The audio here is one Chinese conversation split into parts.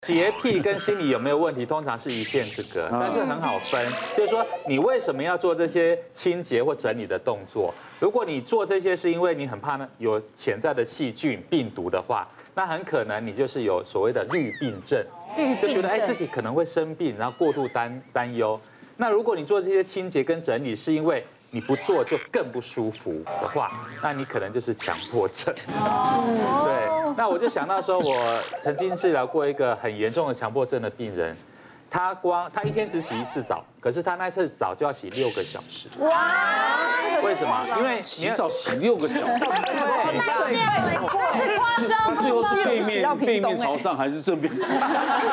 洁癖跟心理有没有问题，通常是一线之隔，但是很好分。就是说，你为什么要做这些清洁或整理的动作？如果你做这些是因为你很怕呢有潜在的细菌、病毒的话，那很可能你就是有所谓的虑病症，就觉得自己可能会生病，然后过度担忧。那如果你做这些清洁跟整理是因为你不做就更不舒服的话，那你可能就是强迫症。对，那我就想到说，我曾经治疗过一个很严重的强迫症的病人，他一天只洗1次澡，可是他那次澡就要洗6个小时。哇！为什么？因为洗澡洗6个小时。 对， 最后是背面朝上还是正面朝上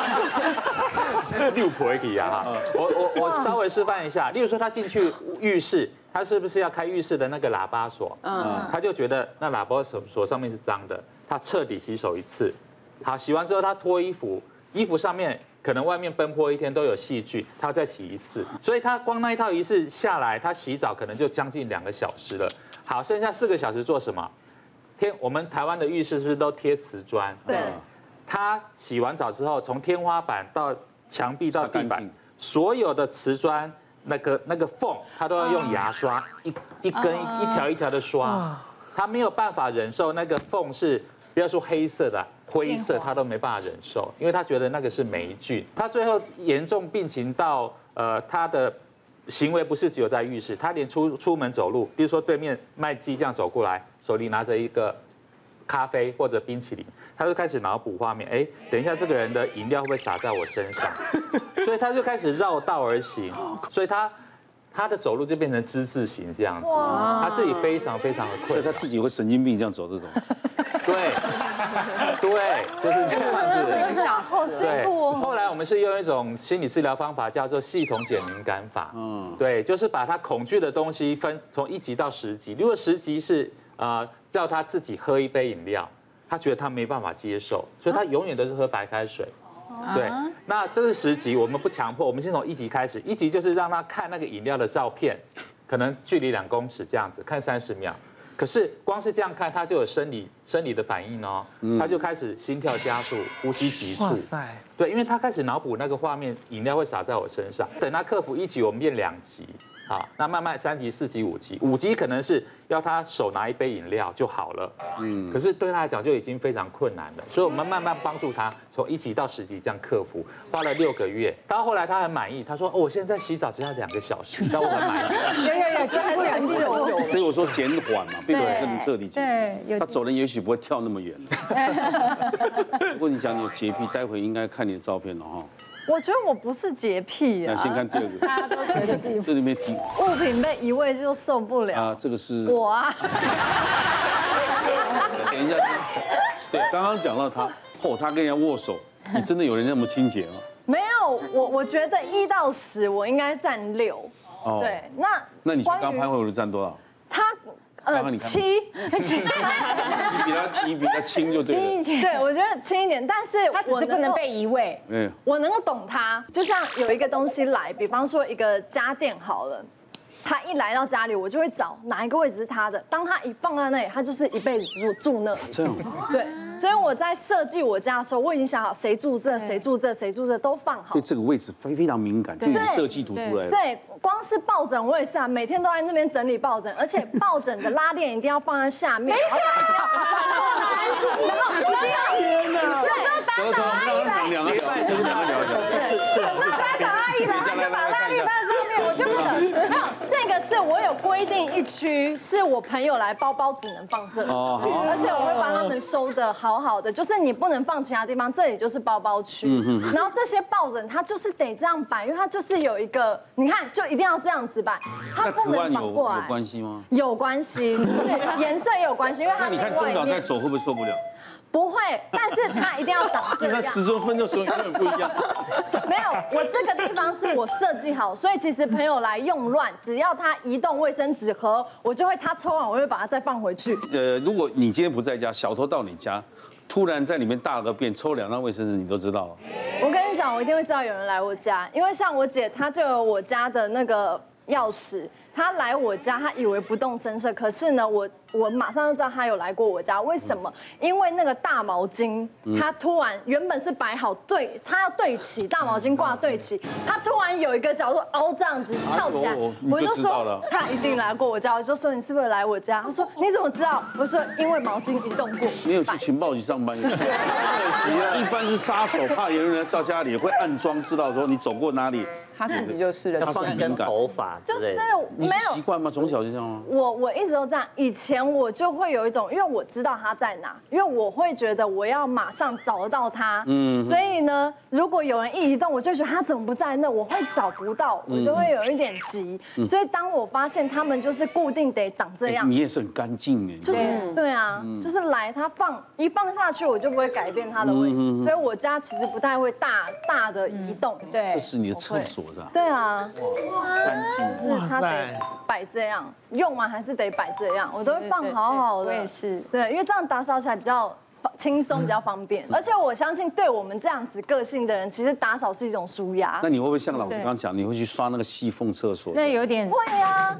？6婆可以啊！我稍微示范一下，例如说他进去浴室。他是不是要开浴室的那个喇叭锁？他就觉得那喇叭锁上面是脏的，他彻底洗手1次。好，洗完之后他脱衣服，衣服上面可能外面奔波一天都有细菌，他要再洗1次。所以他光那一套仪式下来，他洗澡可能就将近2个小时了。好，剩下4个小时做什么？我们台湾的浴室是不是都贴瓷砖？ 对。 他洗完澡之后，从天花板到墙壁到地板，所有的瓷砖。那个缝，他都要用牙刷一根一条一条的刷，他没有办法忍受那个缝是不要说黑色的，灰色他都没办法忍受，因为他觉得那个是霉菌。他最后严重病情到他的行为不是只有在浴室，他连出门走路，比如说对面卖鸡这样走过来，手里拿着一个咖啡或者冰淇淋，他就开始脑补画面，等一下这个人的饮料会不会洒在我身上？所以他就开始绕道而行，所以他的走路就变成之字形这样子，他自己非常非常的困扰， 所以他自己会神经病这样走这种。 对，就是这样子。 好辛苦哦。 后来我们是用一种心理治疗方法，叫做系统减敏感法。对，就是把他恐惧的东西分从1级到10级。如果10级是叫他自己喝一杯饮料，他觉得他没办法接受，所以他永远都是喝白开水。对，那这是10级，我们不强迫，我们先从1级开始。1级就是让他看那个饮料的照片，可能距离2公尺这样子，看30秒。可是光是这样看，他就有生理的反应哦，他就开始心跳加速，呼吸急促。哇塞！对，因为他开始脑补那个画面，饮料会洒在我身上。等他克服1级，我们变2级。好，那慢慢3级、4级、5级，5级可能是要他手拿一杯饮料就好了，可是对他来讲就已经非常困难了，所以我们慢慢帮助他从1级到10级这样克服，花了6个月，到后来他很满意，他说我现在洗澡只要2个小时，但我很满意。 有，真的很久。 所以我说减缓嘛，并不是更彻底减缓。他走人也许不会跳那么远了。不过你讲你有洁癖，待会应该看你的照片了哈。 我觉得我不是洁癖啊。 那先看第2个， 大家都觉得自己这里面提物品被移位就受不了啊。这个是我啊。 等一下，对，刚刚讲到他跟人家握手，你真的有人那么清洁吗？ 没有，我觉得1到10我应该占6。对， 那你刚拍会有占多少？ 他7， 你比他轻就对了。 对，我觉得轻一点，但是他只是不能被移位。 我能够懂他，就像有一个东西来，比方说一个家电好了，他一来到家里，我就会找哪一个位置是他的。当他一放在那里，他就是一辈子住那里。这样。对，所以我在设计我家的时候，我已经想好谁住这，谁住这，谁住这都放好。 对这个位置非常敏感，就已经设计图出来了。 对，光是抱枕我也是啊，每天都在那边整理抱枕，而且抱枕的拉链一定要放在下面。没错。然后一定要。对，打扫阿姨来。 两个聊一下。 是打扫阿姨来，就把拉链放在上面，我就不能。没有，这个是我有规定1区，是我朋友来包包只能放这里，而且我会帮他们收的好好的，就是你不能放其他地方，这里就是包包区。然后这些抱枕它就是得这样摆，因为它就是有一个，你看就一定要这样子摆，它不能反过来。 有关系吗？ 有关系，就是颜色也有关系，因为它你看中岛在走会不会受不了？ 不会，但是它一定要长这样。 10周分的时候永远不一样。 没有，我这个地方是我设计好，所以其实朋友来用乱，只要他移动卫生纸盒，我就会他抽完，我会把它再放回去。 如果你今天不在家，小偷到你家，突然在里面大个便，抽2张卫生纸，你都知道了。 我跟你讲，我一定会知道有人来我家，因为像我姐，她就有我家的那个钥匙。他来我家，他以为不动声色，可是呢，我我马上就知道他有来过我家，为什么？因为那个大毛巾，他突然原本是摆好他要对齐，大毛巾挂对齐，他突然有一个角度凹这样子翘起来，我就说他一定来过我家，我就说你是不是来我家？他说你怎么知道？我说因为毛巾移动过。 没有去情报局上班，可惜啊，一般是杀手，怕有人来到家里会暗装，知道说你走过哪里。 他自己就是人， 他是很敏感， 头发就是你是习惯吗？从小就这样吗？ 我一直都这样。以前我就会有一种，因为我知道他在哪，因为我会觉得我要马上找得到他。所以呢，如果有人一移动，我就觉得他怎么不在那，我会找不到，我就会有一点急。所以当我发现他们就是固定得长这样， 你也是很干净哎。 就是对啊，就是来他一放下去，我就不会改变他的位置。所以我家其实不太会大的移动。 对， 这是你的厕所。 对啊， 干净， 就是它得摆这样，用完还是得摆这样，我都会放好好的。 我也是， 对，因为这样打扫起来比较轻松，比较方便。而且我相信，对我们这样子个性的人，其实打扫是一种舒压。 那你会不会像老师刚刚讲，你会去刷那个细缝厕所？ 那有点会啊。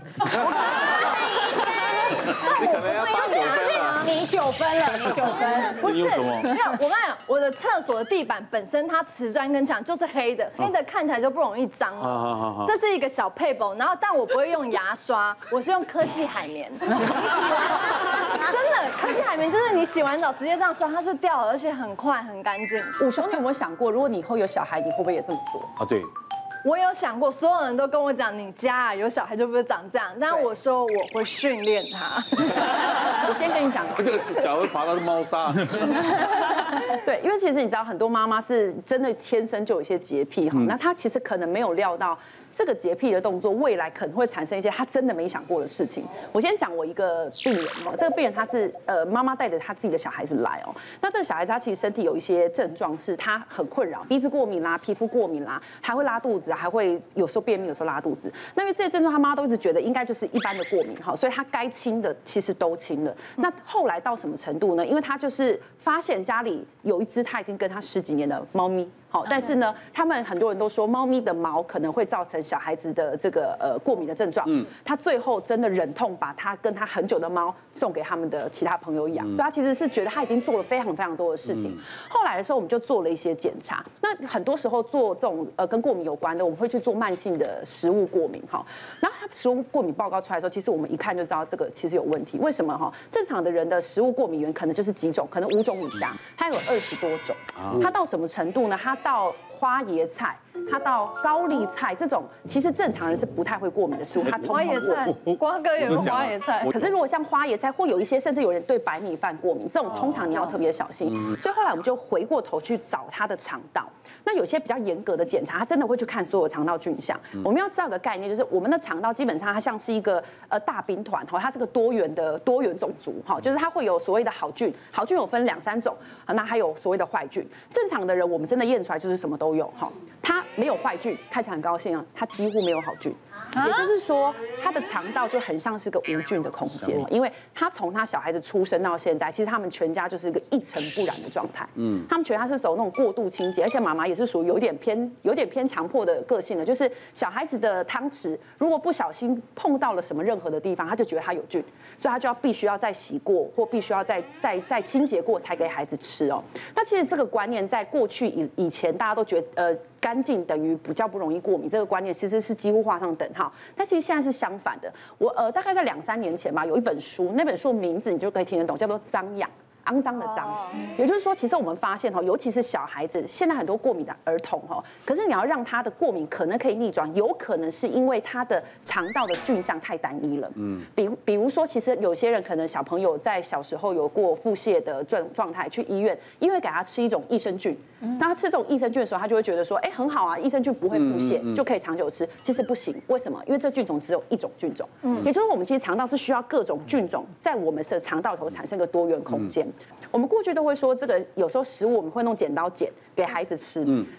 你可能要8、9分啊！ 你9分了，你9分。 不是， 你有什么？ 没有，我跟你讲，我的厕所的地板本身它瓷砖跟墙就是黑的，黑的看起来就不容易脏了。这是一个小配宝，然后但我不会用牙刷，我是用科技海绵。你洗完，真的科技海绵就是你洗完澡直接这样刷，它就掉了，而且很快很干净。 武雄，你有没有想过，如果你以后有小孩，你会不会也这么做？ 啊，对。 我有想过，所有人都跟我讲，你家有小孩就不会长这样。但我说我会训练他。 我先跟你讲， 这个小孩爬到是猫砂。 对，因为其实你知道，很多妈妈是真的天生就有一些洁癖哈，那她其实可能没有料到。这个洁癖的动作，未来可能会产生一些他真的没想过的事情。我先讲我一个病人哦，这个病人他是妈妈带着他自己的小孩子来哦。那这个小孩子他其实身体有一些症状，是他很困扰，鼻子过敏啦，皮肤过敏啦，还会拉肚子，还会有时候便秘，有时候拉肚子。那因为这些症状，他妈都一直觉得应该就是一般的过敏哈，所以他该清的其实都清了。那后来到什么程度呢？因为他就是发现家里有一只他已经跟他10几年的猫咪。好，但是呢，他们很多人都说猫咪的毛可能会造成小孩子的这个过敏的症状。他最后真的忍痛把他跟他很久的猫送给他们的其他朋友养，所以他其实是觉得他已经做了非常非常多的事情。后来的时候，我们就做了一些检查。那很多时候做这种跟过敏有关的，我们会去做慢性的食物过敏。哈，然后他食物过敏报告出来的时候，其实我们一看就知道这个其实有问题。为什么哈？正常的人的食物过敏源可能就是几种，可能5种以下，它有20多种。它到什么程度呢？它到花椰菜，它到高丽菜这种，其实正常人是不太会过敏的食物，它通通花椰菜，瓜哥有个花椰菜。 可是如果像花椰菜，或有一些甚至有人对白米饭过敏，这种通常你要特别小心。所以后来我们就回过头去找他的肠道。那有些比较严格的检查，他真的会去看所有肠道菌相。我们要知道一个概念，就是我们的肠道基本上它像是一个大兵团哈，它是个多元种族哈，就是它会有所谓的好菌，好菌有分2、3种，那还有所谓的坏菌。正常的人我们真的验出来就是什么都有哈，他没有坏菌，看起来很高兴啊，他几乎没有好菌。也就是说，他的肠道就很像是个无菌的空间，因为他从他小孩子出生到现在，其实他们全家就是一个一尘不染的状态。他们全家是走那种过度清洁，而且妈妈也是属于有点偏强迫的个性的，就是小孩子的汤匙如果不小心碰到了什么任何的地方，他就觉得他有菌，所以他就必须要再洗过，或必须要再清洁过才给孩子吃哦。那其实这个观念在过去以前大家都觉得干净等于比较不容易过敏，这个观念其实是几乎画上等号。但其实现在是相反的。我大概在2、3年前吧，有一本书，那本书的名字你就可以听得懂，叫做《脏养》。肮脏的脏，也就是说，其实我们发现尤其是小孩子，现在很多过敏的儿童可是你要让他的过敏可能可以逆转，有可能是因为他的肠道的菌相太单一了。比如说，其实有些人可能小朋友在小时候有过腹泻的状态，去医院给他吃一种益生菌，那他吃这种益生菌的时候，他就会觉得说，很好啊，益生菌不会腹泻，就可以长久吃。其实不行，为什么？因为这菌种只有1种菌种，也就是我们其实肠道是需要各种菌种在我们的肠道头产生一个多元空间。我们过去都会说，这个有时候食物我们会弄剪刀剪给孩子吃，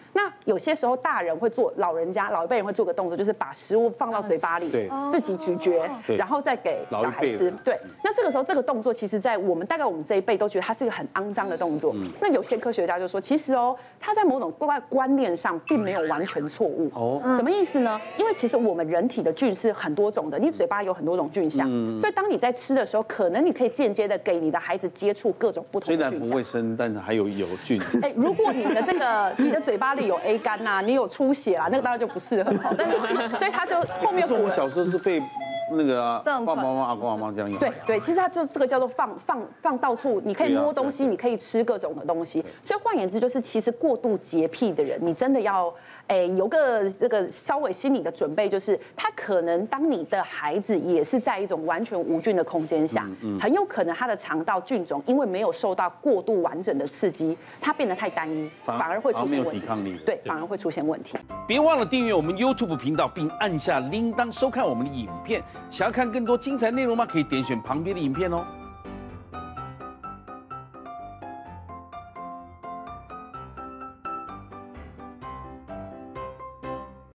那有些时候大人会做，老一辈人会做个动作，就是把食物放到嘴巴里，自己咀嚼，然后再给小孩吃。对，那这个时候这个动作，其实在我们这一辈都觉得它是一个很肮脏的动作。那有些科学家就说，其实它在某种观念上并没有完全错误。什么意思呢？因为其实我们人体的菌是很多种的，你嘴巴有很多种菌相，所以当你在吃的时候，可能你可以间接的给你的孩子接触各种不同的菌相。 虽然不卫生，但是还有菌。 如果你的嘴巴里有 A 肝呐，你有出血啦，那个当然就不是很好。但是所以他就后面。 我们小时候是被那个爸爸妈妈、阿公阿妈这样养。 对，其实它就这个叫做放到处，你可以摸东西，你可以吃各种的东西。所以换言之，就是其实过度洁癖的人，你真的要有个这个稍微心理的准备，就是他可能当你的孩子也是在一种完全无菌的空间下，很有可能他的肠道菌种因为没有受到过度完整的刺激，它变得太单一，反而会出现问题。 没有抵抗力。 对，反而会出现问题。 别忘了订阅我们 YouTube 频道，并按下铃铛收看我们的影片。想要看更多精彩内容吗？可以点选旁边的影片哦。